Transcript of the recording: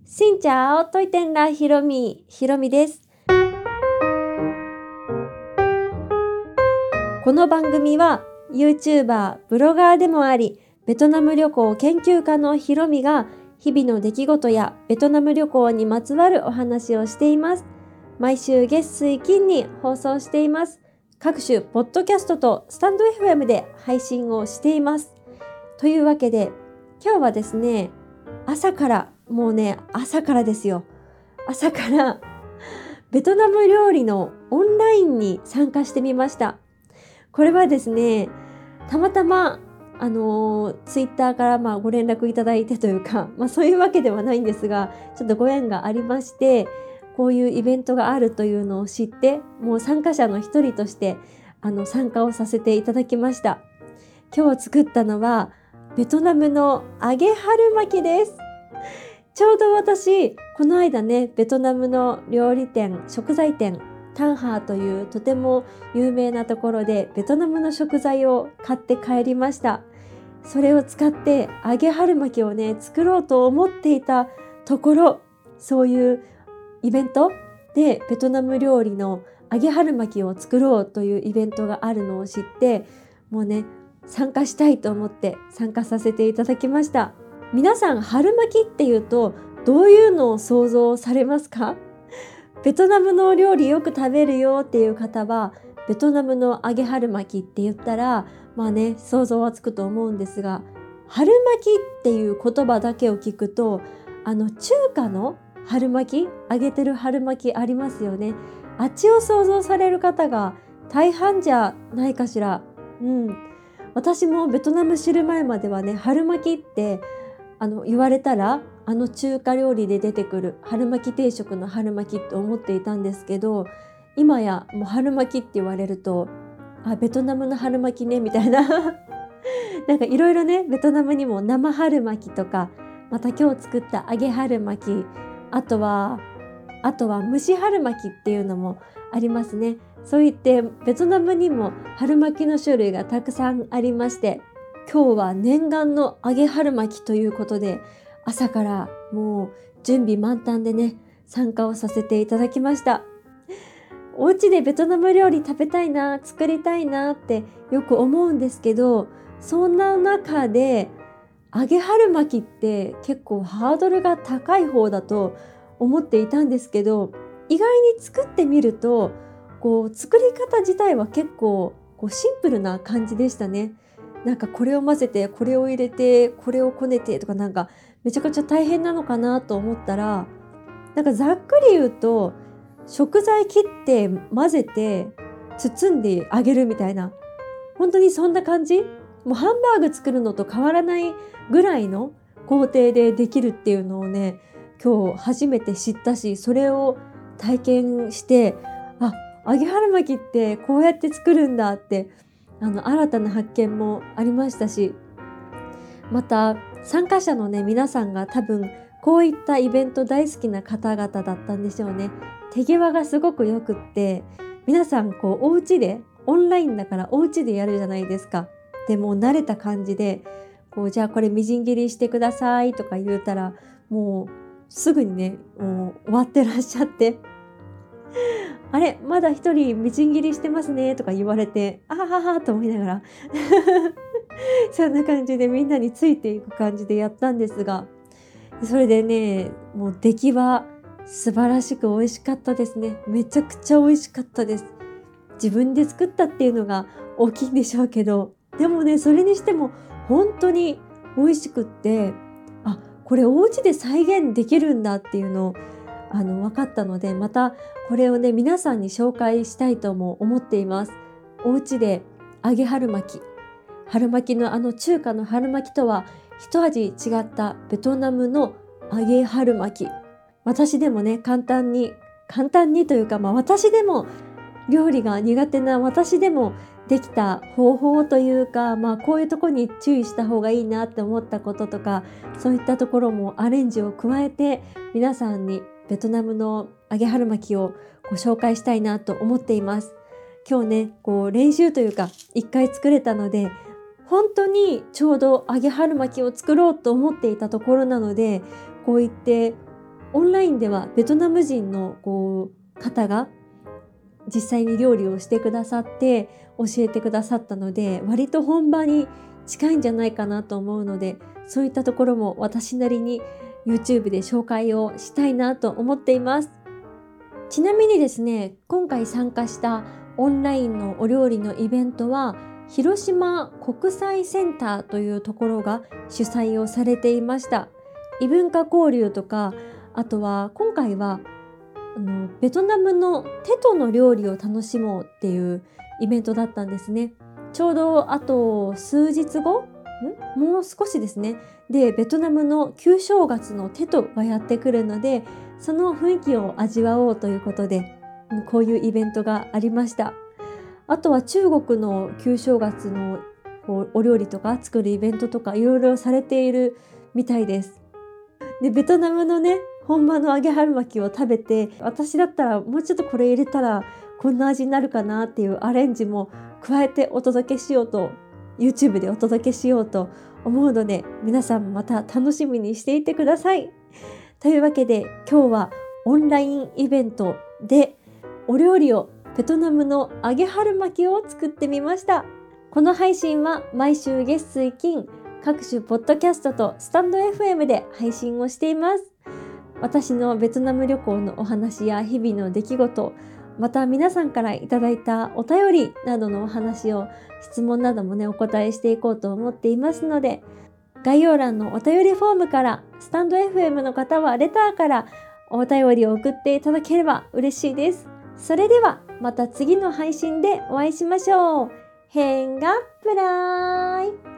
Xin chào, tôi tên là Hiromiです。この番組は YouTuber、ブロガーでもあり、ベトナム旅行研究家のヒロミが日々の出来事やベトナム旅行にまつわるお話をしています。毎週月水金に放送しています。各種ポッドキャストとスタンド FM で配信をしています。というわけで今日はですね、朝からですよ。朝からベトナム料理のオンラインに参加してみました。これはですね、たまたまツイッターからご連絡いただいてというか、そういうわけではないんですが、ちょっとご縁がありまして、こういうイベントがあるというのを知って、もう参加者の一人として参加をさせていただきました。今日作ったのはベトナムの揚げ春巻きです。ちょうど私この間ね、ベトナムの料理店、食材店タンハーというとても有名なところでベトナムの食材を買って帰りました。それを使って揚げ春巻きをね作ろうと思っていたところ、そういうイベントでベトナム料理の揚げ春巻きを作ろうというイベントがあるのを知って、もうね参加したいと思って参加させていただきました。皆さん春巻きっていうとどういうのを想像されますか？ベトナムの料理よく食べるよっていう方はベトナムの揚げ春巻きって言ったら想像はつくと思うんですが、春巻きっていう言葉だけを聞くと中華の春巻き、揚げてる春巻きありますよね。あっちを想像される方が大半じゃないかしら。私もベトナム知る前まではね、春巻きって言われたら中華料理で出てくる春巻き定食の春巻きって思っていたんですけど、今やもう春巻きって言われるとベトナムの春巻きねみたいななんかいろいろね、ベトナムにも生春巻きとか、また今日作った揚げ春巻き、あとは蒸し春巻きっていうのもありますね。そういってベトナムにも春巻きの種類がたくさんありまして、今日は念願の揚げ春巻きということで、朝からもう準備満タンでね参加をさせていただきました。お家でベトナム料理食べたいな、作りたいなってよく思うんですけど、そんな中で揚げ春巻きって結構ハードルが高い方だと思っていたんですけど、意外に作ってみると作り方自体は結構シンプルな感じでしたね。なんかこれを混ぜて、これを入れて、これをこねてとか、なんかめちゃくちゃ大変なのかなと思ったら、なんかざっくり言うと食材切って混ぜて包んであげるみたいな、本当にそんな感じ。もうハンバーグ作るのと変わらないぐらいの工程でできるっていうのをね、今日初めて知ったし、それを体験して、揚げ春巻きってこうやって作るんだって新たな発見もありましたし、また参加者のね皆さんが多分こういったイベント大好きな方々だったんでしょうね。手際がすごくよくって、皆さんお家でオンラインだからお家でやるじゃないですか。でもう慣れた感じでじゃあこれみじん切りしてくださいとか言うたら、もうすぐにねもう終わってらっしゃって、あれまだ一人みじん切りしてますねとか言われて、あははと思いながらそんな感じでみんなについていく感じでやったんですが、それでねもう出来は素晴らしく美味しかったですね。めちゃくちゃ美味しかったです。自分で作ったっていうのが大きいんでしょうけど、でもねそれにしても本当に美味しくって、これお家で再現できるんだっていうのを分かったので、またこれをね皆さんに紹介したいとも思っています。お家で揚げ春巻きの中華の春巻きとは一味違ったベトナムの揚げ春巻き、私でもね簡単にというか、私でも料理が苦手な私でもできた方法というか、こういうところに注意した方がいいなって思ったこととか、そういったところもアレンジを加えて皆さんにベトナムの揚げ春巻きをご紹介したいなと思っています。今日ね練習というか1回作れたので、本当にちょうど揚げ春巻きを作ろうと思っていたところなので、こう言ってオンラインではベトナム人の方が実際に料理をしてくださって教えてくださったので、割と本場に近いんじゃないかなと思うので、そういったところも私なりに YouTube で紹介をしたいなと思っています。ちなみにですね、今回参加したオンラインのお料理のイベントは広島国際センターというところが主催をされていました。異文化交流とか、あとは今回はベトナムのテトの料理を楽しもうっていうイベントだったんですね。ちょうどあと数日後、もう少しですね。で、ベトナムの旧正月のテトがやってくるので、その雰囲気を味わおうということで、こういうイベントがありました。あとは中国の旧正月のお料理とか作るイベントとかいろいろされているみたいです。で、ベトナムのね、本場の揚げ春巻きを食べて、私だったらもうちょっとこれ入れたらこんな味になるかなっていうアレンジも加えてお届けしようと、YouTube でお届けしようと思うので、皆さんもまた楽しみにしていてください。というわけで今日はオンラインイベントでお料理をベトナムの揚げ春巻きを作ってみました。この配信は毎週月水金各種ポッドキャストとスタンド FM で配信をしています。私のベトナム旅行のお話や日々の出来事、また皆さんからいただいたお便りなどのお話を、質問などもね、お答えしていこうと思っていますので、概要欄のお便りフォームから、スタンド FM の方はレターからお便りを送っていただければ嬉しいです。それではまた次の配信でお会いしましょう。変がプライ